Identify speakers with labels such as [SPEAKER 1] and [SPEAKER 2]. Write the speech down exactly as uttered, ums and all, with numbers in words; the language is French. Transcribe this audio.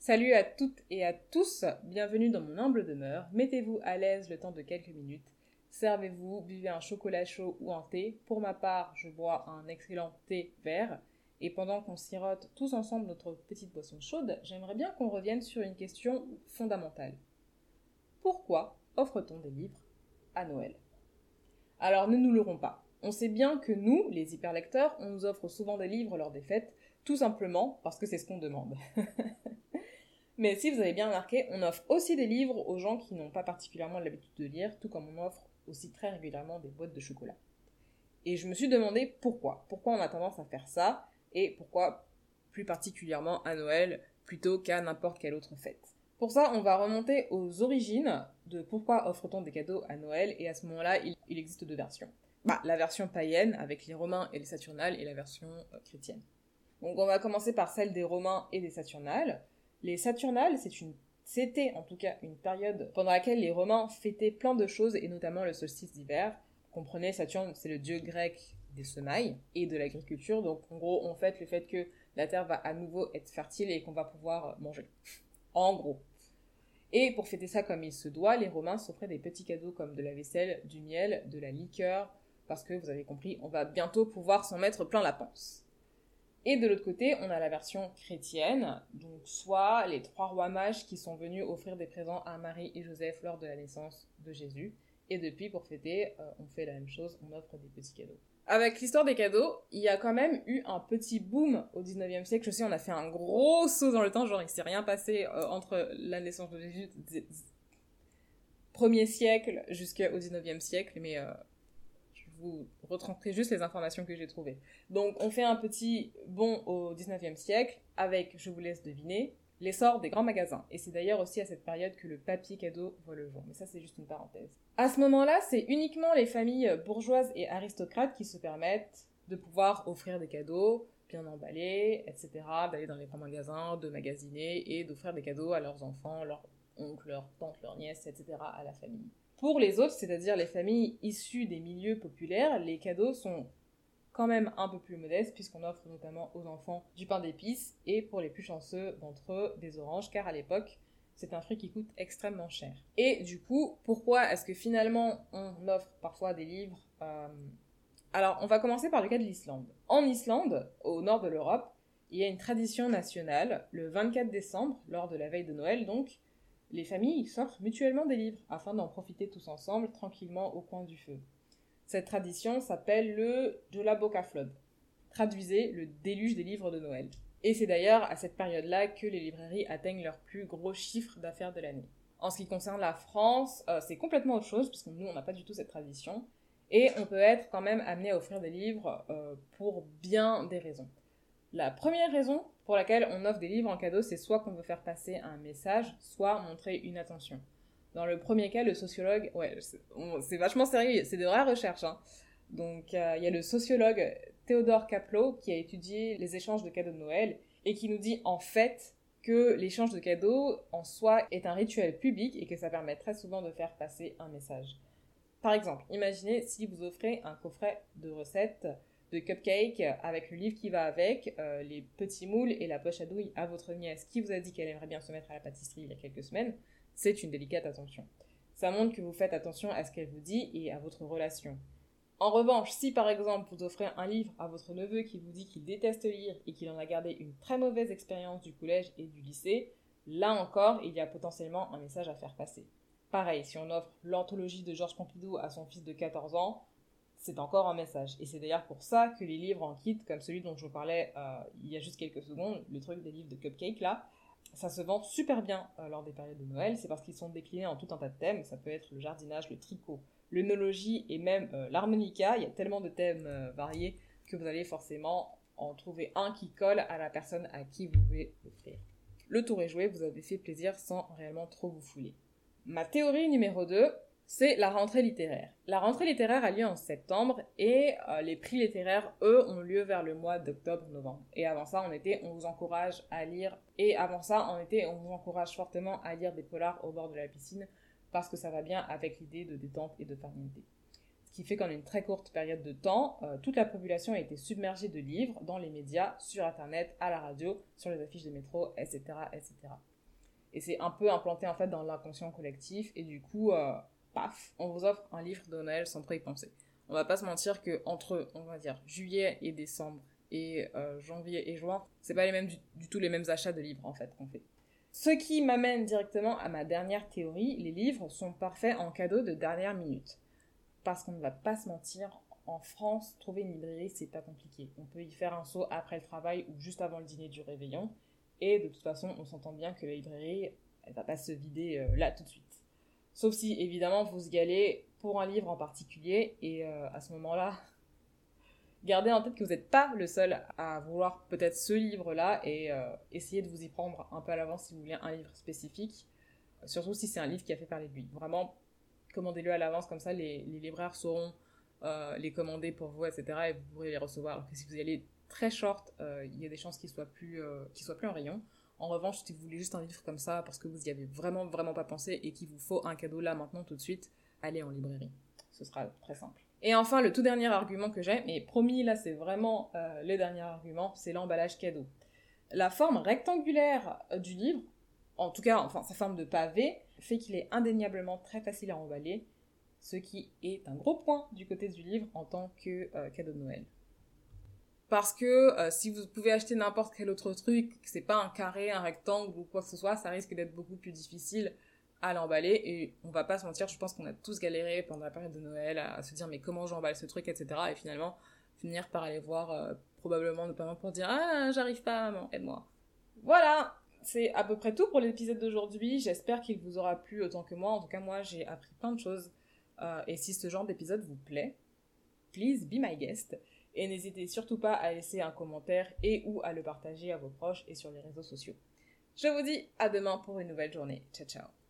[SPEAKER 1] Salut à toutes et à tous, bienvenue dans mon humble demeure. Mettez-vous à l'aise le temps de quelques minutes. Servez-vous, buvez un chocolat chaud ou un thé. Pour ma part, je bois un excellent thé vert. Et pendant qu'on sirote tous ensemble notre petite boisson chaude, j'aimerais bien qu'on revienne sur une question fondamentale. Pourquoi offre-t-on des livres à Noël ? Alors ne nous leurrons pas. On sait bien que nous, les hyperlecteurs, on nous offre souvent des livres lors des fêtes, tout simplement parce que c'est ce qu'on demande. Mais si vous avez bien remarqué, on offre aussi des livres aux gens qui n'ont pas particulièrement l'habitude de lire, tout comme on offre aussi très régulièrement des boîtes de chocolat. Et je me suis demandé pourquoi. Pourquoi on a tendance à faire ça, et pourquoi plus particulièrement à Noël, plutôt qu'à n'importe quelle autre fête. Pour ça, on va remonter aux origines de pourquoi offre-t-on des cadeaux à Noël, et à ce moment-là, il, il existe deux versions. Bah, la version païenne, avec les Romains et les Saturnales, et la version euh, chrétienne. Donc on va commencer par celle des Romains et des Saturnales. Les Saturnales, c'est une, c'était en tout cas une période pendant laquelle les Romains fêtaient plein de choses, et notamment le solstice d'hiver. Comprenez, Saturne, c'est le dieu grec des semailles et de l'agriculture, donc en gros, on fête le fait que la terre va à nouveau être fertile et qu'on va pouvoir manger. En gros. Et pour fêter ça comme il se doit, les Romains s'offraient des petits cadeaux comme de la vaisselle, du miel, de la liqueur, parce que, vous avez compris, on va bientôt pouvoir s'en mettre plein la panse. Et de l'autre côté, on a la version chrétienne, donc soit les trois rois mages qui sont venus offrir des présents à Marie et Joseph lors de la naissance de Jésus. Et depuis, pour fêter, euh, on fait la même chose, on offre des petits cadeaux. Avec l'histoire des cadeaux, il y a quand même eu un petit boom au dix-neuvième siècle. Je sais, on a fait un gros saut dans le temps, genre il s'est rien passé euh, entre la naissance de Jésus, premier siècle jusqu'au dix-neuvième siècle, mais... Euh, vous retranscrire juste les informations que j'ai trouvées. Donc, on fait un petit bond au dix-neuvième siècle avec, je vous laisse deviner, l'essor des grands magasins. Et c'est d'ailleurs aussi à cette période que le papier cadeau voit le jour. Mais ça, c'est juste une parenthèse. À ce moment-là, c'est uniquement les familles bourgeoises et aristocrates qui se permettent de pouvoir offrir des cadeaux, bien emballés, et cetera, d'aller dans les grands magasins, de magasiner et d'offrir des cadeaux à leurs enfants, leurs oncles, leurs tantes, leurs nièces, et cetera, à la famille. Pour les autres, c'est-à-dire les familles issues des milieux populaires, les cadeaux sont quand même un peu plus modestes, puisqu'on offre notamment aux enfants du pain d'épices, et pour les plus chanceux d'entre eux, des oranges, car à l'époque, c'est un fruit qui coûte extrêmement cher. Et du coup, pourquoi est-ce que finalement on offre parfois des livres euh... Alors, on va commencer par le cas de l'Islande. En Islande, au nord de l'Europe, il y a une tradition nationale, le vingt-quatre décembre, lors de la veille de Noël donc, les familles s'offrent mutuellement des livres afin d'en profiter tous ensemble tranquillement au coin du feu. Cette tradition s'appelle le Jólabókaflóð. Traduisez le déluge des livres de Noël. Et c'est d'ailleurs à cette période-là que les librairies atteignent leur plus gros chiffre d'affaires de l'année. En ce qui concerne la France, euh, c'est complètement autre chose puisque nous on n'a pas du tout cette tradition et on peut être quand même amené à offrir des livres euh, pour bien des raisons. La première raison pour laquelle on offre des livres en cadeau, c'est soit qu'on veut faire passer un message, soit montrer une attention. Dans le premier cas, le sociologue... Ouais, c'est, on, c'est vachement sérieux, c'est de vraies recherches. Hein. Donc, il euh, y a le sociologue Theodore Kapleau qui a étudié les échanges de cadeaux de Noël et qui nous dit en fait que l'échange de cadeaux en soi est un rituel public et que ça permet très souvent de faire passer un message. Par exemple, imaginez si vous offrez un coffret de recettes de cupcakes avec le livre qui va avec, euh, les petits moules et la poche à douille à votre nièce qui vous a dit qu'elle aimerait bien se mettre à la pâtisserie il y a quelques semaines, c'est une délicate attention. Ça montre que vous faites attention à ce qu'elle vous dit et à votre relation. En revanche, si par exemple vous offrez un livre à votre neveu qui vous dit qu'il déteste lire et qu'il en a gardé une très mauvaise expérience du collège et du lycée, là encore, il y a potentiellement un message à faire passer. Pareil, si on offre l'anthologie de Georges Pompidou à son fils de quatorze ans, c'est encore un message. Et c'est d'ailleurs pour ça que les livres en kit, comme celui dont je vous parlais euh, il y a juste quelques secondes, le truc des livres de cupcakes là, ça se vend super bien euh, lors des périodes de Noël. C'est parce qu'ils sont déclinés en tout un tas de thèmes. Ça peut être le jardinage, le tricot, l'œnologie et même euh, l'harmonica. Il y a tellement de thèmes euh, variés que vous allez forcément en trouver un qui colle à la personne à qui vous voulez l'offrir. Le tour est joué, vous avez fait plaisir sans réellement trop vous fouler. Ma théorie numéro deux, c'est la rentrée littéraire. La rentrée littéraire a lieu en septembre et euh, les prix littéraires, eux, ont lieu vers le mois d'octobre-novembre. Et avant ça, en été, on vous encourage à lire... Et avant ça, en été, on vous encourage fortement à lire des polars au bord de la piscine parce que ça va bien avec l'idée de détente et de farniente. Ce qui fait qu'en une très courte période de temps, euh, toute la population a été submergée de livres dans les médias, sur internet, à la radio, sur les affiches de métro, et cetera, et cetera. Et c'est un peu implanté en fait dans l'inconscient collectif. Et du coup, euh, paf, on vous offre un livre de Noël sans trop y penser. On va pas se mentir que entre, on va dire, juillet et décembre et euh, janvier et juin, c'est pas les mêmes du, du tout les mêmes achats de livres en fait qu'on fait. Ce qui m'amène directement à ma dernière théorie, les livres sont parfaits en cadeau de dernière minute. Parce qu'on ne va pas se mentir, en France, trouver une librairie, c'est pas compliqué. On peut y faire un saut après le travail ou juste avant le dîner du réveillon. Et de toute façon, on s'entend bien que la librairie, elle va pas se vider euh, là tout de suite. Sauf si, évidemment, vous y allez pour un livre en particulier. Et euh, à ce moment-là, gardez en tête que vous n'êtes pas le seul à vouloir peut-être ce livre-là et euh, essayez de vous y prendre un peu à l'avance si vous voulez un livre spécifique. Surtout si c'est un livre qui a fait parler de lui. Vraiment, commandez-le à l'avance, comme ça les, les libraires sauront euh, les commander pour vous, et cetera. Et vous pourrez les recevoir. Alors que si vous y allez très short, euh, il y a des chances qu'ils soient plus, euh, qu'ils soient plus en rayon. En revanche, si vous voulez juste un livre comme ça, parce que vous y avez vraiment, vraiment pas pensé et qu'il vous faut un cadeau là, maintenant, tout de suite, allez en librairie. Ce sera très simple. Et enfin, le tout dernier argument que j'ai, mais promis, là, c'est vraiment euh, le dernier argument, c'est l'emballage cadeau. La forme rectangulaire du livre, en tout cas, enfin, sa forme de pavé, fait qu'il est indéniablement très facile à emballer, ce qui est un gros point du côté du livre en tant que euh, cadeau de Noël. Parce que euh, si vous pouvez acheter n'importe quel autre truc, que c'est pas un carré, un rectangle ou quoi que ce soit, ça risque d'être beaucoup plus difficile à l'emballer. Et on va pas se mentir, je pense qu'on a tous galéré pendant la période de Noël à, à se dire mais comment j'emballe ce truc, et cetera. Et finalement, finir par aller voir euh, probablement nos parents pour dire ah j'arrive pas maman, aide-moi. Voilà, c'est à peu près tout pour l'épisode d'aujourd'hui. J'espère qu'il vous aura plu autant que moi. En tout cas, moi, j'ai appris plein de choses. Euh, et si ce genre d'épisode vous plaît, please be my guest. Et n'hésitez surtout pas à laisser un commentaire et ou à le partager à vos proches et sur les réseaux sociaux. Je vous dis à demain pour une nouvelle journée. Ciao, ciao.